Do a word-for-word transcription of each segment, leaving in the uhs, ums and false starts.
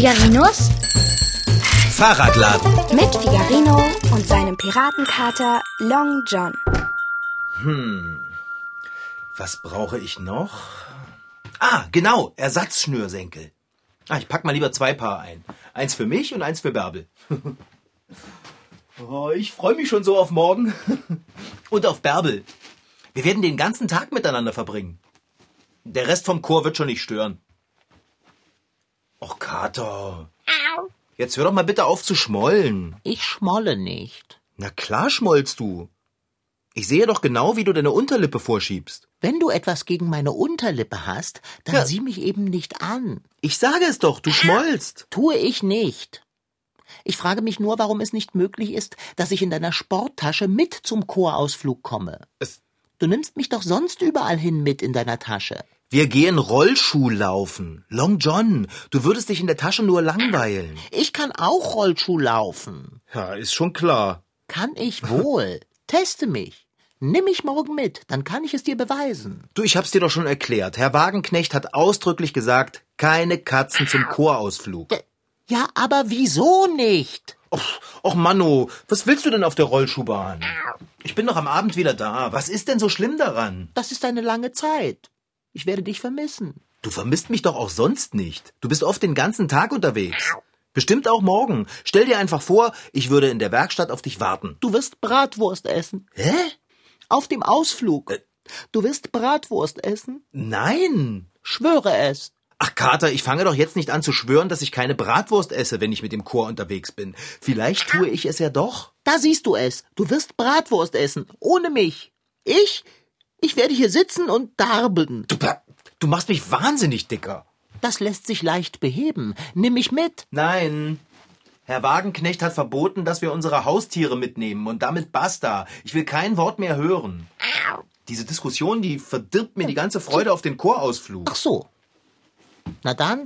Figarinos Fahrradladen. mit Figarino und seinem Piratenkater Long John. Hm, was brauche ich noch? Ah, genau, Ersatzschnürsenkel. Ah, ich pack mal lieber zwei Paar ein. Eins für mich und eins für Bärbel. Oh, ich freue mich schon so auf morgen. Und auf Bärbel. Wir werden den ganzen Tag miteinander verbringen. Der Rest vom Chor wird schon nicht stören. Och, Kater. Jetzt hör doch mal bitte auf zu schmollen. Ich schmolle nicht. Na klar schmollst du. Ich sehe doch genau, wie du deine Unterlippe vorschiebst. Wenn du etwas gegen meine Unterlippe hast, dann Ja. sieh mich eben nicht an. Ich sage es doch, du schmollst. Tue ich nicht. Ich frage mich nur, warum es nicht möglich ist, dass ich in deiner Sporttasche mit zum Chorausflug komme. Es- Du nimmst mich doch sonst überall hin mit in deiner Tasche. Wir gehen Rollschuh laufen. Long John, du würdest dich in der Tasche nur langweilen. Ich kann auch Rollschuh laufen. Ja, ist schon klar. Kann ich wohl. Teste mich. Nimm mich morgen mit, dann kann ich es dir beweisen. Du, ich hab's dir doch schon erklärt. Herr Wagenknecht hat ausdrücklich gesagt, keine Katzen zum Chorausflug. Ja, aber wieso nicht? Och, och Manno, was willst du denn auf der Rollschuhbahn? Ich bin doch am Abend wieder da. Was ist denn so schlimm daran? Das ist eine lange Zeit. Ich werde dich vermissen. Du vermisst mich doch auch sonst nicht. Du bist oft den ganzen Tag unterwegs. Bestimmt auch morgen. Stell dir einfach vor, ich würde in der Werkstatt auf dich warten. Du wirst Bratwurst essen. Hä? Auf dem Ausflug. Äh. Du wirst Bratwurst essen. Nein. Schwöre es. Ach, Kater, ich fange doch jetzt nicht an zu schwören, dass ich keine Bratwurst esse, wenn ich mit dem Chor unterwegs bin. Vielleicht tue ich es ja doch. Da siehst du es. Du wirst Bratwurst essen. Ohne mich. Ich? Ich werde hier sitzen und darbeln. Du, du machst mich wahnsinnig, Dicker. Das lässt sich leicht beheben. Nimm mich mit. Nein. Herr Wagenknecht hat verboten, dass wir unsere Haustiere mitnehmen und damit basta. Ich will kein Wort mehr hören. Diese Diskussion, die verdirbt mir die ganze Freude auf den Chorausflug. Ach so. Na dann.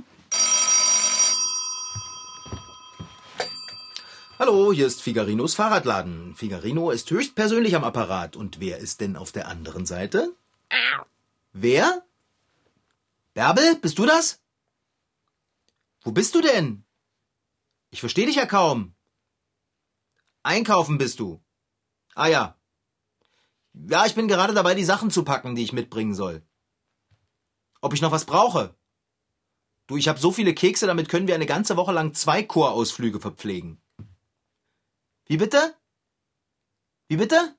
Hallo, hier ist Figarinos Fahrradladen. Figarino ist höchstpersönlich am Apparat. Und wer ist denn auf der anderen Seite? Wer? Bärbel, bist du das? Wo bist du denn? Ich verstehe dich ja kaum. Einkaufen bist du. Ah ja. Ja, ich bin gerade dabei, die Sachen zu packen, die ich mitbringen soll. Ob ich noch was brauche? Du, ich habe so viele Kekse, damit können wir eine ganze Woche lang zwei Chorausflüge verpflegen. Wie bitte? Wie bitte?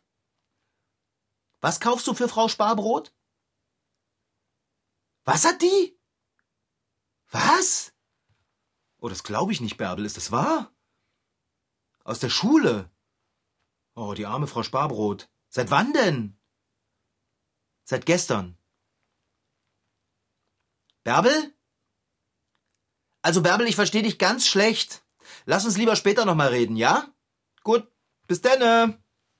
Was kaufst du für Frau Sparbrot? Was hat die? Was? Oh, das glaube ich nicht, Bärbel. Ist das wahr? Aus der Schule? Oh, die arme Frau Sparbrot. Seit wann denn? Seit gestern. Bärbel? Also, Bärbel, ich verstehe dich ganz schlecht. Lass uns lieber später noch mal reden, ja? Gut, bis denne.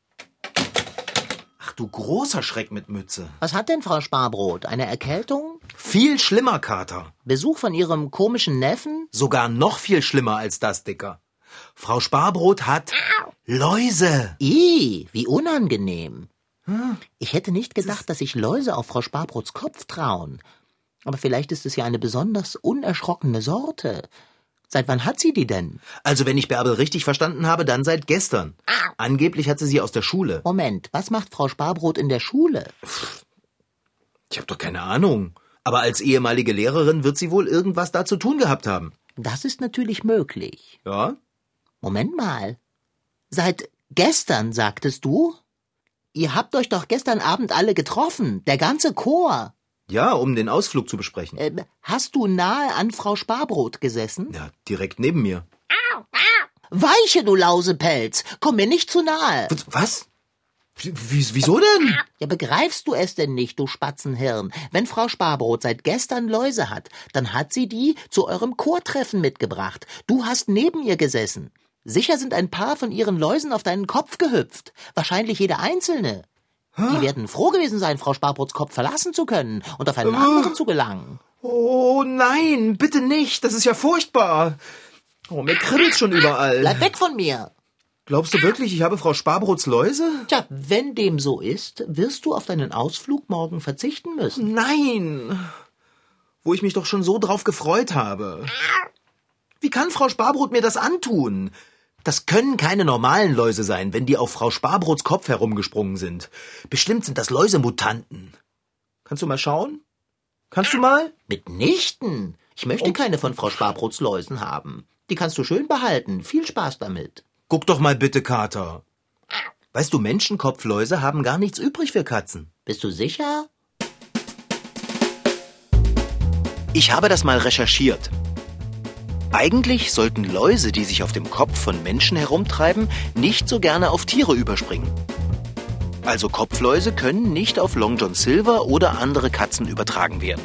Ach du großer Schreck mit Mütze. Was hat denn Frau Sparbrot? Eine Erkältung? Viel schlimmer, Kater. Besuch von ihrem komischen Neffen? Sogar noch viel schlimmer als das, Dicker. Frau Sparbrot hat Läuse. Ih, wie unangenehm. Ich hätte nicht gedacht, dass sich Läuse auf Frau Sparbrots Kopf trauen. Aber vielleicht ist es ja eine besonders unerschrockene Sorte. Seit wann hat sie die denn? Also, wenn ich Bärbel richtig verstanden habe, dann seit gestern. Angeblich hat sie sie aus der Schule. Moment, was macht Frau Sparbrot in der Schule? Ich habe doch keine Ahnung. Aber als ehemalige Lehrerin wird sie wohl irgendwas da zu tun gehabt haben. Das ist natürlich möglich. Ja? Moment mal. Seit gestern, sagtest du? Ihr habt euch doch gestern Abend alle getroffen, der ganze Chor. Ja, um den Ausflug zu besprechen. Äh, hast du nahe an Frau Sparbrot gesessen? Ja, direkt neben mir. Weiche, du Lausepelz! Komm mir nicht zu nahe! Was? W- Wieso denn? Ja, begreifst du es denn nicht, du Spatzenhirn? Wenn Frau Sparbrot seit gestern Läuse hat, dann hat sie die zu eurem Chortreffen mitgebracht. Du hast neben ihr gesessen. Sicher sind ein paar von ihren Läusen auf deinen Kopf gehüpft. Wahrscheinlich jede einzelne. Die werden froh gewesen sein, Frau Sparbrots Kopf verlassen zu können und auf einen anderen zu gelangen. Oh nein, bitte nicht. Das ist ja furchtbar. Oh, mir kribbelt's schon überall. Bleib weg von mir! Glaubst du wirklich, ich habe Frau Sparbrots Läuse? Tja, wenn dem so ist, wirst du auf deinen Ausflug morgen verzichten müssen. Nein. Wo ich mich doch schon so drauf gefreut habe. Wie kann Frau Sparbrot mir das antun? Das können keine normalen Läuse sein, wenn die auf Frau Sparbrots Kopf herumgesprungen sind. Bestimmt sind das Läusemutanten. Kannst du mal schauen? Kannst du mal? Mitnichten. Ich möchte Oh. keine von Frau Sparbrots Läusen haben. Die kannst du schön behalten. Viel Spaß damit. Guck doch mal bitte, Kater. Weißt du, Menschenkopfläuse haben gar nichts übrig für Katzen. Bist du sicher? Ich habe das mal recherchiert. Eigentlich sollten Läuse, die sich auf dem Kopf von Menschen herumtreiben, nicht so gerne auf Tiere überspringen. Also Kopfläuse können nicht auf Long John Silver oder andere Katzen übertragen werden.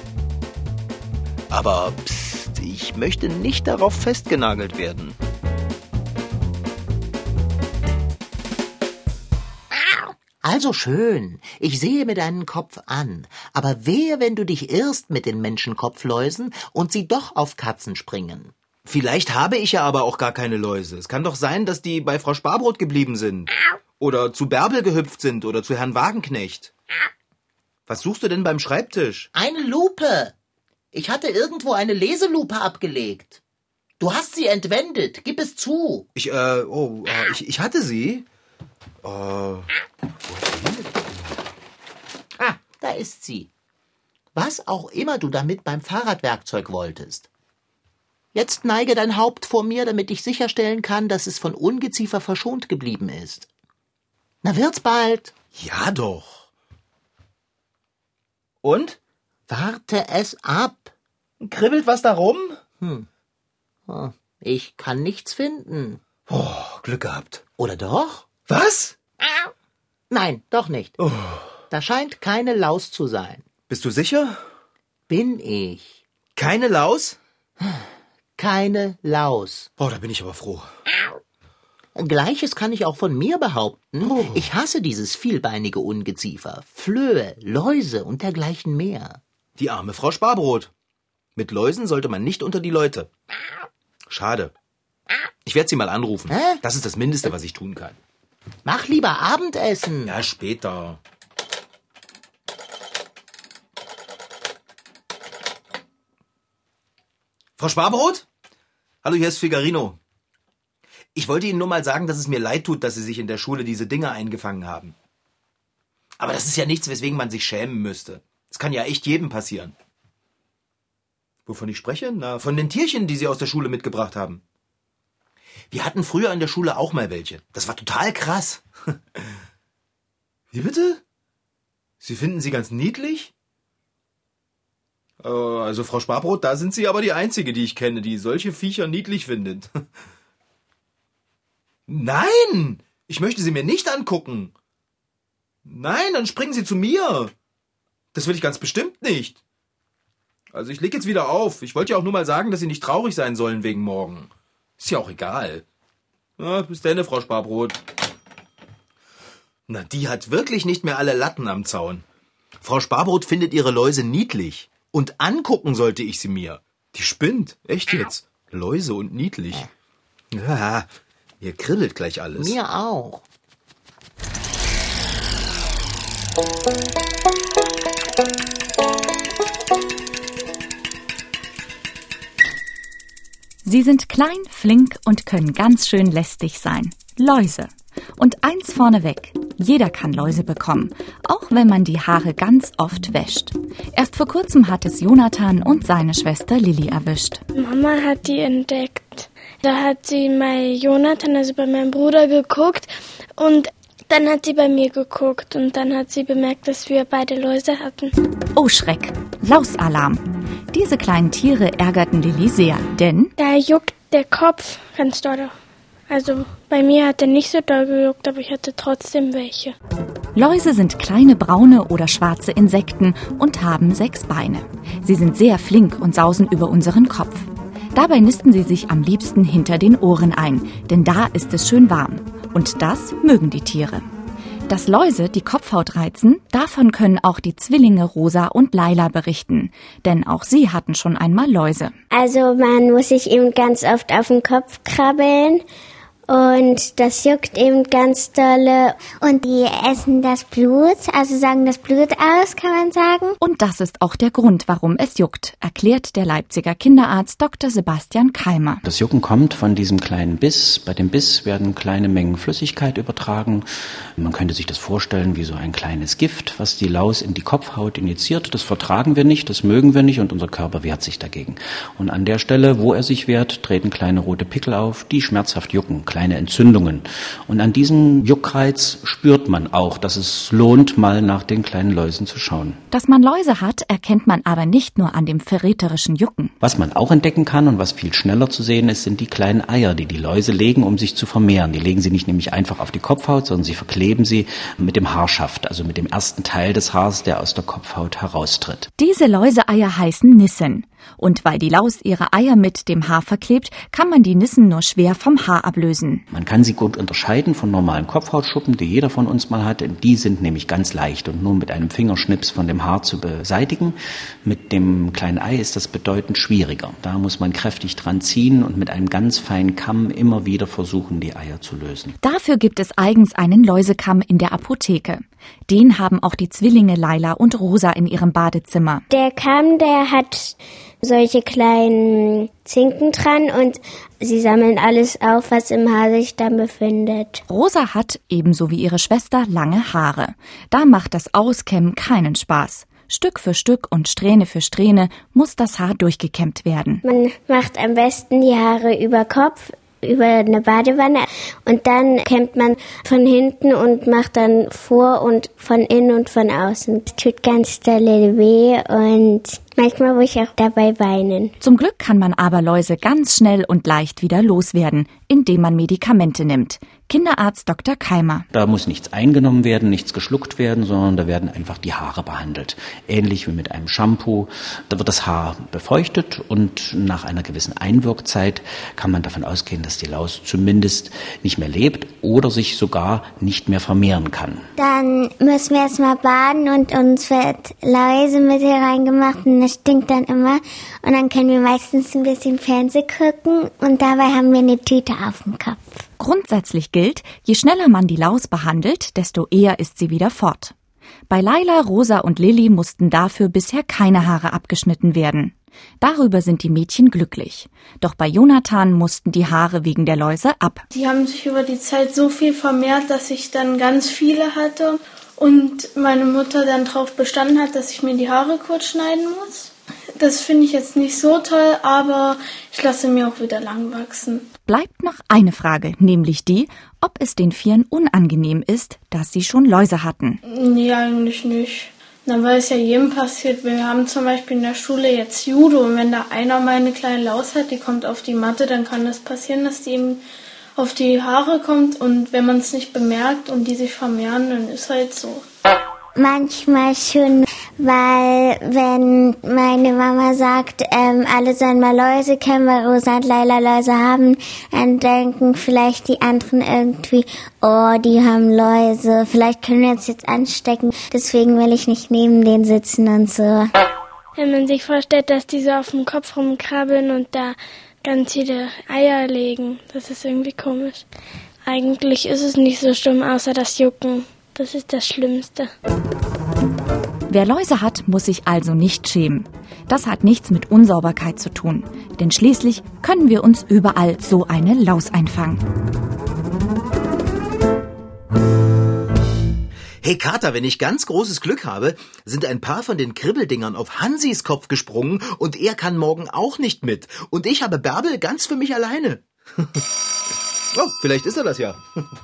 Aber pst, ich möchte nicht darauf festgenagelt werden. Also schön. Ich sehe mir deinen Kopf an. Aber wehe, wenn du dich irrst mit den Menschenkopfläusen und sie doch auf Katzen springen. Vielleicht habe ich ja aber auch gar keine Läuse. Es kann doch sein, dass die bei Frau Sparbrot geblieben sind. Oder zu Bärbel gehüpft sind oder zu Herrn Wagenknecht. Was suchst du denn beim Schreibtisch? Eine Lupe. Ich hatte irgendwo eine Leselupe abgelegt. Du hast sie entwendet. Gib es zu. Ich, äh, oh, äh, ich, ich hatte sie. Äh, Ah, da ist sie. Was auch immer du damit beim Fahrradwerkzeug wolltest. Jetzt neige dein Haupt vor mir, damit ich sicherstellen kann, dass es von Ungeziefer verschont geblieben ist. Na, wird's bald. ja doch. Und? Warte es ab. Kribbelt was da rum? Oh, ich kann nichts finden. Oh, Glück gehabt. Oder doch? Was? Nein, doch nicht. Oh. Da scheint keine Laus zu sein. Bist du sicher? Bin ich. Keine Laus? Keine Laus. Oh, da bin ich aber froh. Gleiches kann ich auch von mir behaupten. Oh. Ich hasse dieses vielbeinige Ungeziefer. Flöhe, Läuse und dergleichen mehr. Die arme Frau Sparbrot. Mit Läusen sollte man nicht unter die Leute. Schade. Ich werde sie mal anrufen. Hä? Das ist das Mindeste, was ich tun kann. Mach lieber Abendessen. Ja, später. Frau Sparbrot? Hallo, hier ist Figarino. Ich wollte Ihnen nur mal sagen, dass es mir leid tut, dass Sie sich in der Schule diese Dinge eingefangen haben. Aber das ist ja nichts, weswegen man sich schämen müsste. Das kann ja echt jedem passieren. Wovon ich spreche? Na, von den Tierchen, die Sie aus der Schule mitgebracht haben. Wir hatten früher in der Schule auch mal welche. Das war total krass. Wie bitte? Sie finden sie ganz niedlich? Äh, also Frau Sparbrot, da sind Sie aber die Einzige, die ich kenne, die solche Viecher niedlich findet. Nein! Ich möchte sie mir nicht angucken. Nein, dann springen Sie zu mir. Das will ich ganz bestimmt nicht. Also ich leg jetzt wieder auf. Ich wollte ja auch nur mal sagen, dass Sie nicht traurig sein sollen wegen morgen. Ist ja auch egal. Ja, bis dann, Frau Sparbrot. Na, die hat wirklich nicht mehr alle Latten am Zaun. Frau Sparbrot findet ihre Läuse niedlich. Und angucken sollte ich sie mir. Die spinnt. Echt jetzt. Läuse und niedlich. Ja, mir kribbelt gleich alles. Mir auch. Sie sind klein, flink und können ganz schön lästig sein. Läuse. Und eins vorneweg, jeder kann Läuse bekommen, auch wenn man die Haare ganz oft wäscht. Erst vor kurzem hat es Jonathan und seine Schwester Lilly erwischt. Mama hat die entdeckt. Da hat sie bei Jonathan, also bei meinem Bruder, geguckt und dann hat sie bei mir geguckt und dann hat sie bemerkt, dass wir beide Läuse hatten. Oh Schreck, Lausalarm. Diese kleinen Tiere ärgerten Lilly sehr, denn Da juckt der Kopf ganz doll. Also bei mir hat er nicht so doll gejuckt, aber ich hatte trotzdem welche. Läuse sind kleine braune oder schwarze Insekten und haben sechs Beine. Sie sind sehr flink und sausen über unseren Kopf. Dabei nisten sie sich am liebsten hinter den Ohren ein, denn da ist es schön warm. Und das mögen die Tiere. Dass Läuse die Kopfhaut reizen, davon können auch die Zwillinge Rosa und Laila berichten. Denn auch sie hatten schon einmal Läuse. Also man muss sich eben ganz oft auf den Kopf krabbeln und das juckt eben ganz dolle. Und die essen das Blut, also sagen das Blut aus, kann man sagen. Und das ist auch der Grund, warum es juckt, erklärt der Leipziger Kinderarzt Doktor Sebastian Keimer. Das Jucken kommt von diesem kleinen Biss. Bei dem Biss werden kleine Mengen Flüssigkeit übertragen. Man könnte sich das vorstellen wie so ein kleines Gift, was die Laus in die Kopfhaut injiziert. Das vertragen wir nicht, das mögen wir nicht und unser Körper wehrt sich dagegen. Und an der Stelle, wo er sich wehrt, treten kleine rote Pickel auf, die schmerzhaft jucken, kleine Entzündungen. Und an diesem Juckreiz spürt man auch, dass es lohnt, mal nach den kleinen Läusen zu schauen. Dass man Läuse hat, erkennt man aber nicht nur an dem verräterischen Jucken. Was man auch entdecken kann und was viel schneller zu sehen ist, sind die kleinen Eier, die die Läuse legen, um sich zu vermehren. Die legen sie nicht nämlich einfach auf die Kopfhaut, sondern sie verkleben sie mit dem Haarschaft, also mit dem ersten Teil des Haars, der aus der Kopfhaut heraustritt. Diese Läuseeier heißen Nissen. Und weil die Laus ihre Eier mit dem Haar verklebt, kann man die Nissen nur schwer vom Haar ablösen. Man kann sie gut unterscheiden von normalen Kopfhautschuppen, die jeder von uns mal hat. Die sind nämlich ganz leicht und nur mit einem Fingerschnips von dem Haar zu beseitigen. Mit dem kleinen Ei ist das bedeutend schwieriger. Da muss man kräftig dran ziehen und mit einem ganz feinen Kamm immer wieder versuchen, die Eier zu lösen. Dafür gibt es eigens einen Läusekamm in der Apotheke. Den haben auch die Zwillinge Laila und Rosa in ihrem Badezimmer. Der Kamm, der hat solche kleinen Zinken dran und sie sammeln alles auf, was im Haar sich dann befindet. Rosa hat, ebenso wie ihre Schwester, lange Haare. Da macht das Auskämmen keinen Spaß. Stück für Stück und Strähne für Strähne muss das Haar durchgekämmt werden. Man macht am besten die Haare über Kopf, über eine Badewanne und dann kämmt man von hinten und macht dann vor und von innen und von außen. Es tut ganz dolle weh und manchmal muss ich auch dabei weinen. Zum Glück kann man aber Läuse ganz schnell und leicht wieder loswerden, indem man Medikamente nimmt. Kinderarzt Doktor Keimer. Da muss nichts eingenommen werden, nichts geschluckt werden, sondern da werden einfach die Haare behandelt. Ähnlich wie mit einem Shampoo. Da wird das Haar befeuchtet und nach einer gewissen Einwirkzeit kann man davon ausgehen, dass die Laus zumindest nicht mehr lebt oder sich sogar nicht mehr vermehren kann. Dann müssen wir erstmal baden und uns wird Läusemittel reingemacht und das stinkt dann immer. Und dann können wir meistens ein bisschen Fernsehen gucken und dabei haben wir eine Tüte auf dem Kopf. Grundsätzlich gilt, je schneller man die Laus behandelt, desto eher ist sie wieder fort. Bei Laila, Rosa und Lilly mussten dafür bisher keine Haare abgeschnitten werden. Darüber sind die Mädchen glücklich. Doch bei Jonathan mussten die Haare wegen der Läuse ab. Die haben sich über die Zeit so viel vermehrt, dass ich dann ganz viele hatte und meine Mutter dann darauf bestanden hat, dass ich mir die Haare kurz schneiden muss. Das finde ich jetzt nicht so toll, aber ich lasse mir auch wieder lang wachsen. Bleibt noch eine Frage, nämlich die, ob es den Vieren unangenehm ist, dass sie schon Läuse hatten. Nee, eigentlich nicht. Na, weil es ja jedem passiert. Wir haben zum Beispiel in der Schule jetzt Judo und wenn da einer mal eine kleine Laus hat, die kommt auf die Matte, dann kann das passieren, dass die eben auf die Haare kommt und wenn man es nicht bemerkt und die sich vermehren, dann ist halt so. Manchmal schon, weil wenn meine Mama sagt, ähm, alle sollen mal Läuse kennen, weil Rosa und Laila Läuse haben, dann denken vielleicht die anderen irgendwie, oh, die haben Läuse, vielleicht können wir uns jetzt anstecken, deswegen will ich nicht neben denen sitzen und so. Wenn man sich vorstellt, dass die so auf dem Kopf rumkrabbeln und da ganz viele Eier legen, das ist irgendwie komisch. Eigentlich ist es nicht so schlimm, außer das Jucken. Das ist das Schlimmste. Wer Läuse hat, muss sich also nicht schämen. Das hat nichts mit Unsauberkeit zu tun. Denn schließlich können wir uns überall so eine Laus einfangen. Hey Kater, wenn ich ganz großes Glück habe, sind ein paar von den Kribbeldingern auf Hansis Kopf gesprungen und er kann morgen auch nicht mit. Und ich habe Bärbel ganz für mich alleine. Oh, vielleicht ist er das ja.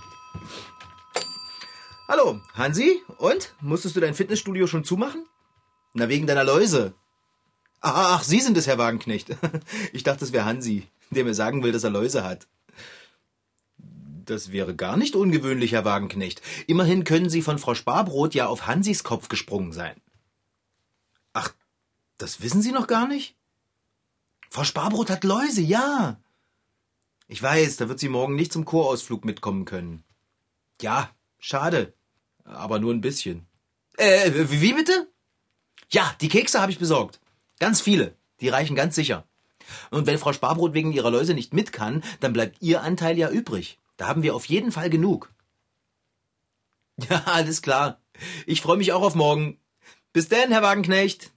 Hallo, Hansi? Und? Musstest du dein Fitnessstudio schon zumachen? Na, wegen deiner Läuse. Ach, Sie sind es, Herr Wagenknecht. Ich dachte, es wäre Hansi, der mir sagen will, dass er Läuse hat. Das wäre gar nicht ungewöhnlich, Herr Wagenknecht. Immerhin können Sie von Frau Sparbrot ja auf Hansis Kopf gesprungen sein. Ach, das wissen Sie noch gar nicht? Frau Sparbrot hat Läuse, ja. Ich weiß, da wird sie morgen nicht zum Chorausflug mitkommen können. Ja, schade. Aber nur ein bisschen. Äh, wie bitte? Ja, die Kekse habe ich besorgt. Ganz viele. Die reichen ganz sicher. Und wenn Frau Sparbrot wegen ihrer Läuse nicht mit kann, dann bleibt ihr Anteil ja übrig. Da haben wir auf jeden Fall genug. Ja, alles klar. Ich freue mich auch auf morgen. Bis dann, Herr Wagenknecht.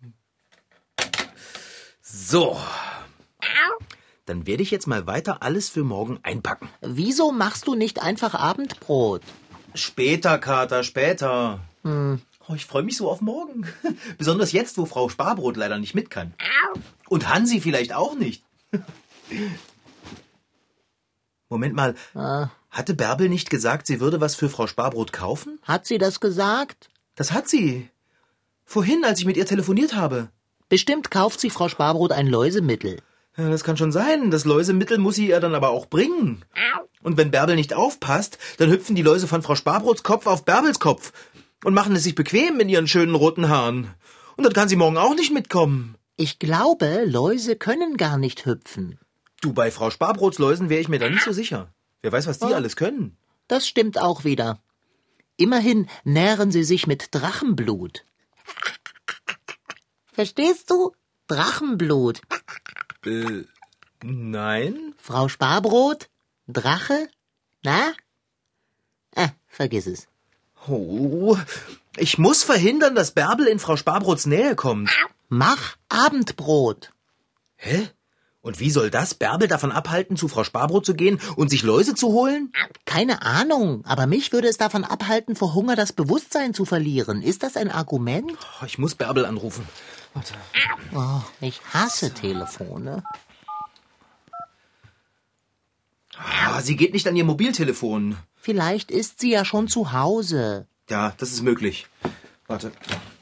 So. Dann werde ich jetzt mal weiter alles für morgen einpacken. Wieso machst du nicht einfach Abendbrot? Später, Kater, später. Hm. Oh, ich freue mich so auf morgen. Besonders jetzt, wo Frau Sparbrot leider nicht mit kann. Und Hansi vielleicht auch nicht. Moment mal, ah. Hatte Bärbel nicht gesagt, sie würde was für Frau Sparbrot kaufen? Hat sie das gesagt? Das hat sie. Vorhin, als ich mit ihr telefoniert habe. Bestimmt kauft sie Frau Sparbrot ein Läusemittel. Ja, das kann schon sein. Das Läusemittel muss sie ihr dann aber auch bringen. Und wenn Bärbel nicht aufpasst, dann hüpfen die Läuse von Frau Sparbrots Kopf auf Bärbels Kopf und machen es sich bequem in ihren schönen roten Haaren. Und dann kann sie morgen auch nicht mitkommen. Ich glaube, Läuse können gar nicht hüpfen. Du, bei Frau Sparbrots Läusen wäre ich mir da nicht so sicher. Wer weiß, was die oh, alles können. Das stimmt auch wieder. Immerhin nähren sie sich mit Drachenblut. Verstehst du? Drachenblut. Äh, nein? Frau Sparbrot? Drache? Na? Ah, vergiss es. Oh, ich muss verhindern, dass Bärbel in Frau Sparbrots Nähe kommt. Mach Abendbrot. Hä? Und wie soll das Bärbel davon abhalten, zu Frau Sparbrot zu gehen und sich Läuse zu holen? Keine Ahnung, aber mich würde es davon abhalten, vor Hunger das Bewusstsein zu verlieren. Ist das ein Argument? Oh, ich muss Bärbel anrufen. Warte. Oh, ich hasse Telefone. Ah, sie geht nicht an ihr Mobiltelefon. Vielleicht ist sie ja schon zu Hause. Ja, das ist möglich. Warte.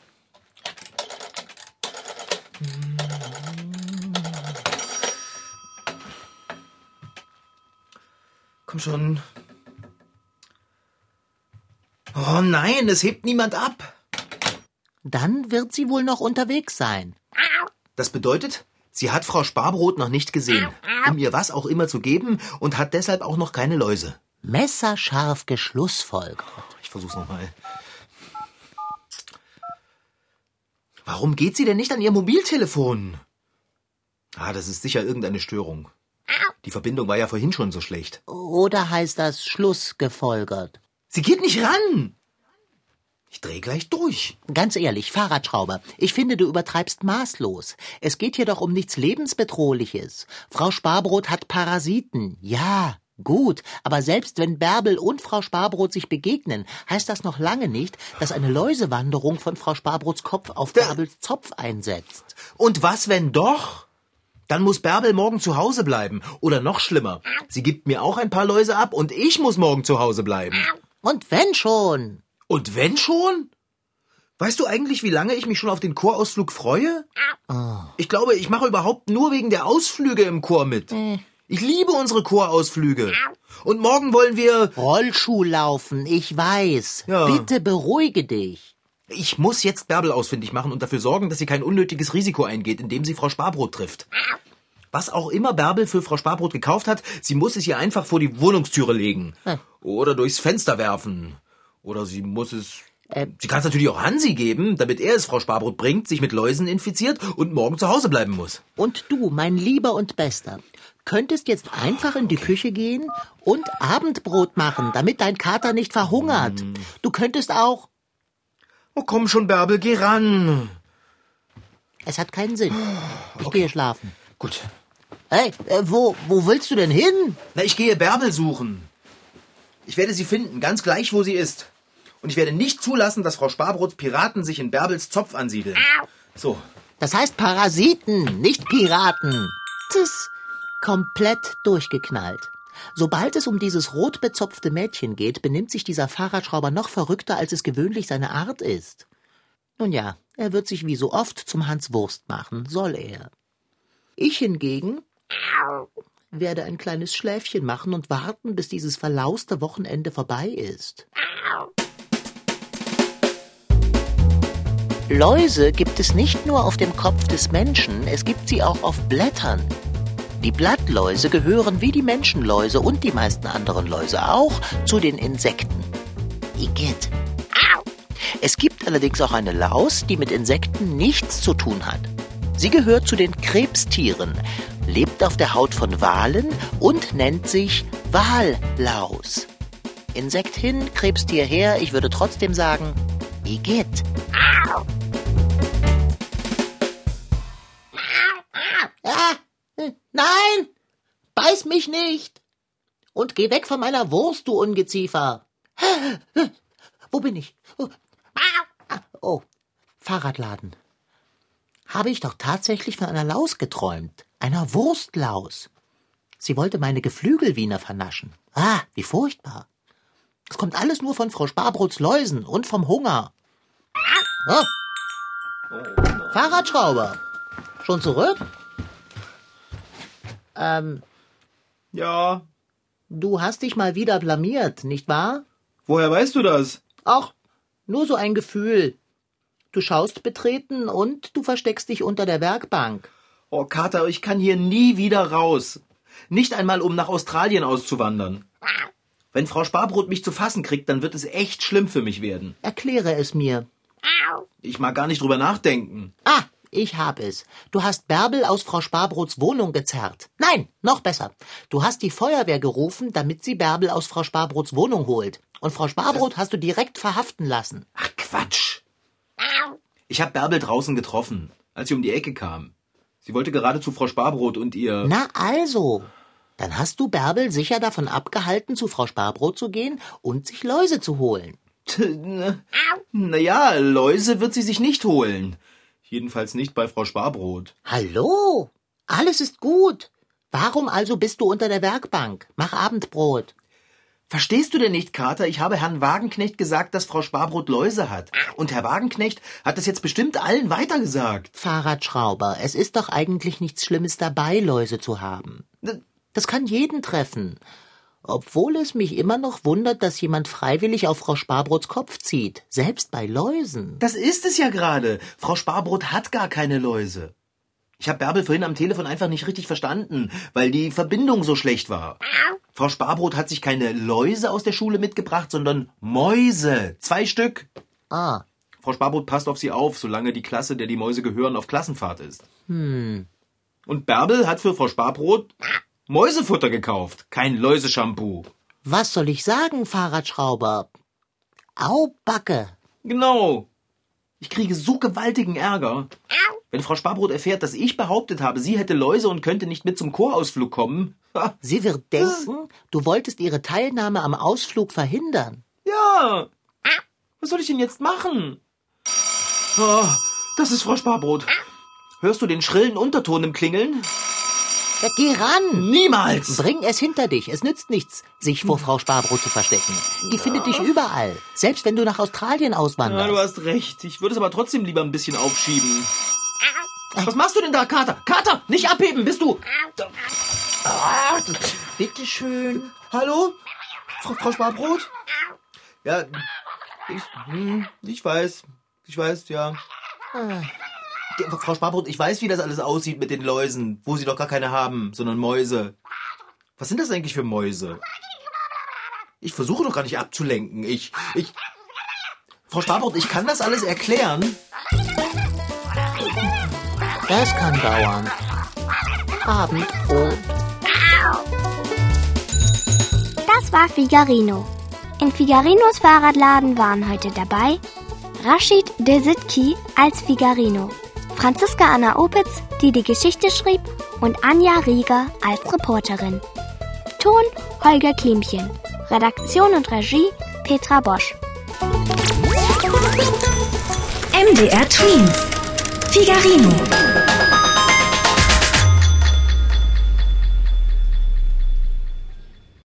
Komm schon. Oh nein, es hebt niemand ab. Dann wird sie wohl noch unterwegs sein. Das bedeutet, sie hat Frau Sparbrot noch nicht gesehen, um ihr was auch immer zu geben und hat deshalb auch noch keine Läuse. Messerscharf geschlussfolgert. Ich versuch's nochmal. Warum geht sie denn nicht an ihr Mobiltelefon? Ah, das ist sicher irgendeine Störung. Die Verbindung war ja vorhin schon so schlecht. Oder heißt das Schluss gefolgert? Sie geht nicht ran. Ich dreh gleich durch. Ganz ehrlich, Fahrradschrauber, ich finde, du übertreibst maßlos. Es geht hier doch um nichts Lebensbedrohliches. Frau Sparbrot hat Parasiten. Ja, gut, aber selbst wenn Bärbel und Frau Sparbrot sich begegnen, heißt das noch lange nicht, dass eine Läusewanderung von Frau Sparbrots Kopf auf Da- Bärbels Zopf einsetzt. Und was, wenn doch? Dann muss Bärbel morgen zu Hause bleiben. Oder noch schlimmer, sie gibt mir auch ein paar Läuse ab und ich muss morgen zu Hause bleiben. Und wenn schon? Und wenn schon? Weißt du eigentlich, wie lange ich mich schon auf den Chorausflug freue? Oh. Ich glaube, ich mache überhaupt nur wegen der Ausflüge im Chor mit. Ich liebe unsere Chorausflüge. Und morgen wollen wir... Rollschuh laufen, ich weiß. Ja. Bitte beruhige dich. Ich muss jetzt Bärbel ausfindig machen und dafür sorgen, dass sie kein unnötiges Risiko eingeht, indem sie Frau Sparbrot trifft. Was auch immer Bärbel für Frau Sparbrot gekauft hat, sie muss es ihr einfach vor die Wohnungstüre legen. Hm. Oder durchs Fenster werfen. Oder sie muss es... Äh. Sie kann es natürlich auch Hansi geben, damit er es Frau Sparbrot bringt, sich mit Läusen infiziert und morgen zu Hause bleiben muss. Und du, mein Lieber und Bester, könntest jetzt einfach in die Küche gehen und Abendbrot machen, damit dein Kater nicht verhungert. Hm. Du könntest auch... Oh, komm schon, Bärbel, geh ran. Es hat keinen Sinn. Ich Okay. gehe schlafen. Gut. Hey, äh, wo, wo willst du denn hin? Na, ich gehe Bärbel suchen. Ich werde sie finden, ganz gleich, wo sie ist. Und ich werde nicht zulassen, dass Frau Sparbrots Piraten sich in Bärbels Zopf ansiedeln. So. Das heißt Parasiten, nicht Piraten. Tschüss. Komplett durchgeknallt. Sobald es um dieses rot bezopfte Mädchen geht, benimmt sich dieser Fahrradschrauber noch verrückter, als es gewöhnlich seine Art ist. Nun ja, er wird sich wie so oft zum Hans Wurst machen, soll er. Ich hingegen werde ein kleines Schläfchen machen und warten, bis dieses verlauste Wochenende vorbei ist. Läuse gibt es nicht nur auf dem Kopf des Menschen, es gibt sie auch auf Blättern. Die Blattläuse gehören wie die Menschenläuse und die meisten anderen Läuse auch zu den Insekten. Igitt. Es gibt allerdings auch eine Laus, die mit Insekten nichts zu tun hat. Sie gehört zu den Krebstieren, lebt auf der Haut von Walen und nennt sich Wallaus. Insekt hin, Krebstier her, ich würde trotzdem sagen, Igitt. Ah, nein, beiß mich nicht. Und geh weg von meiner Wurst, du Ungeziefer. Wo bin ich? Oh, Fahrradladen. Habe ich doch tatsächlich von einer Laus geträumt. Einer Wurstlaus. Sie wollte meine Geflügelwiener vernaschen. Ah, wie furchtbar. Es kommt alles nur von Frau Sparbrots Läusen und vom Hunger. Oh. Fahrradschrauber. Schon zurück? Ähm. Ja. Du hast dich mal wieder blamiert, nicht wahr? Woher weißt du das? Ach, nur so ein Gefühl. Du schaust betreten und du versteckst dich unter der Werkbank. Oh, Kater, ich kann hier nie wieder raus. Nicht einmal, um nach Australien auszuwandern. Wenn Frau Sparbrot mich zu fassen kriegt, dann wird es echt schlimm für mich werden. Erkläre es mir. Ich mag gar nicht drüber nachdenken. Ah, ich hab es. Du hast Bärbel aus Frau Sparbrots Wohnung gezerrt. Nein, noch besser. Du hast die Feuerwehr gerufen, damit sie Bärbel aus Frau Sparbrots Wohnung holt. Und Frau Sparbrot hast du direkt verhaften lassen. Ach, Quatsch. Ich hab Bärbel draußen getroffen, als sie um die Ecke kam. Sie wollte gerade zu Frau Sparbrot und ihr... Na also, dann hast du Bärbel sicher davon abgehalten, zu Frau Sparbrot zu gehen und sich Läuse zu holen. Naja, Läuse wird sie sich nicht holen. Jedenfalls nicht bei Frau Sparbrot. Hallo, alles ist gut. Warum also bist du unter der Werkbank? Mach Abendbrot. Verstehst du denn nicht, Kater? Ich habe Herrn Wagenknecht gesagt, dass Frau Sparbrot Läuse hat. Und Herr Wagenknecht hat das jetzt bestimmt allen weitergesagt. Fahrradschrauber, es ist doch eigentlich nichts Schlimmes dabei, Läuse zu haben. Das kann jeden treffen. Obwohl es mich immer noch wundert, dass jemand freiwillig auf Frau Sparbrots Kopf zieht. Selbst bei Läusen. Das ist es ja gerade. Frau Sparbrot hat gar keine Läuse. Ich habe Bärbel vorhin am Telefon einfach nicht richtig verstanden, weil die Verbindung so schlecht war. Frau Sparbrot hat sich keine Läuse aus der Schule mitgebracht, sondern Mäuse. Zwei Stück. Ah. Frau Sparbrot passt auf sie auf, solange die Klasse, der die Mäuse gehören, auf Klassenfahrt ist. Hm. Und Bärbel hat für Frau Sparbrot Mäusefutter gekauft, kein Läuseshampoo. Was soll ich sagen, Fahrradschrauber? Au, Backe. Genau. Ich kriege so gewaltigen Ärger. Wenn Frau Sparbrot erfährt, dass ich behauptet habe, sie hätte Läuse und könnte nicht mit zum Chorausflug kommen. Sie wird denken, du wolltest ihre Teilnahme am Ausflug verhindern. Ja. Was soll ich denn jetzt machen? Oh, das ist Frau Sparbrot. Hörst du den schrillen Unterton im Klingeln? Ja, geh ran! Niemals! Bring es hinter dich. Es nützt nichts, sich vor Frau Sparbrot zu verstecken. Die findet dich überall. Selbst wenn du nach Australien auswanderst. Ja, du hast recht. Ich würde es aber trotzdem lieber ein bisschen aufschieben. Was machst du denn da, Kater? Kater, nicht abheben, bist du... Ah, bitteschön. Hallo? Frau, Frau Sparbrot? Ja, ich, hm, ich weiß. Ich weiß, ja. Ah. Frau Sparbrot, ich weiß, wie das alles aussieht mit den Läusen, wo sie doch gar keine haben, sondern Mäuse. Was sind das eigentlich für Mäuse? Ich versuche doch gar nicht abzulenken. Ich, ich... Frau Sparbrot, ich kann das alles erklären. Das kann dauern. Abendbrot. Das war Figarino. In Figarinos Fahrradladen waren heute dabei Rashid Desitki als Figarino, Franziska Anna Opitz, die die Geschichte schrieb, und Anja Rieger als Reporterin. Ton Holger Klimchen. Redaktion und Regie Petra Bosch. M D R Tweens. Figarino.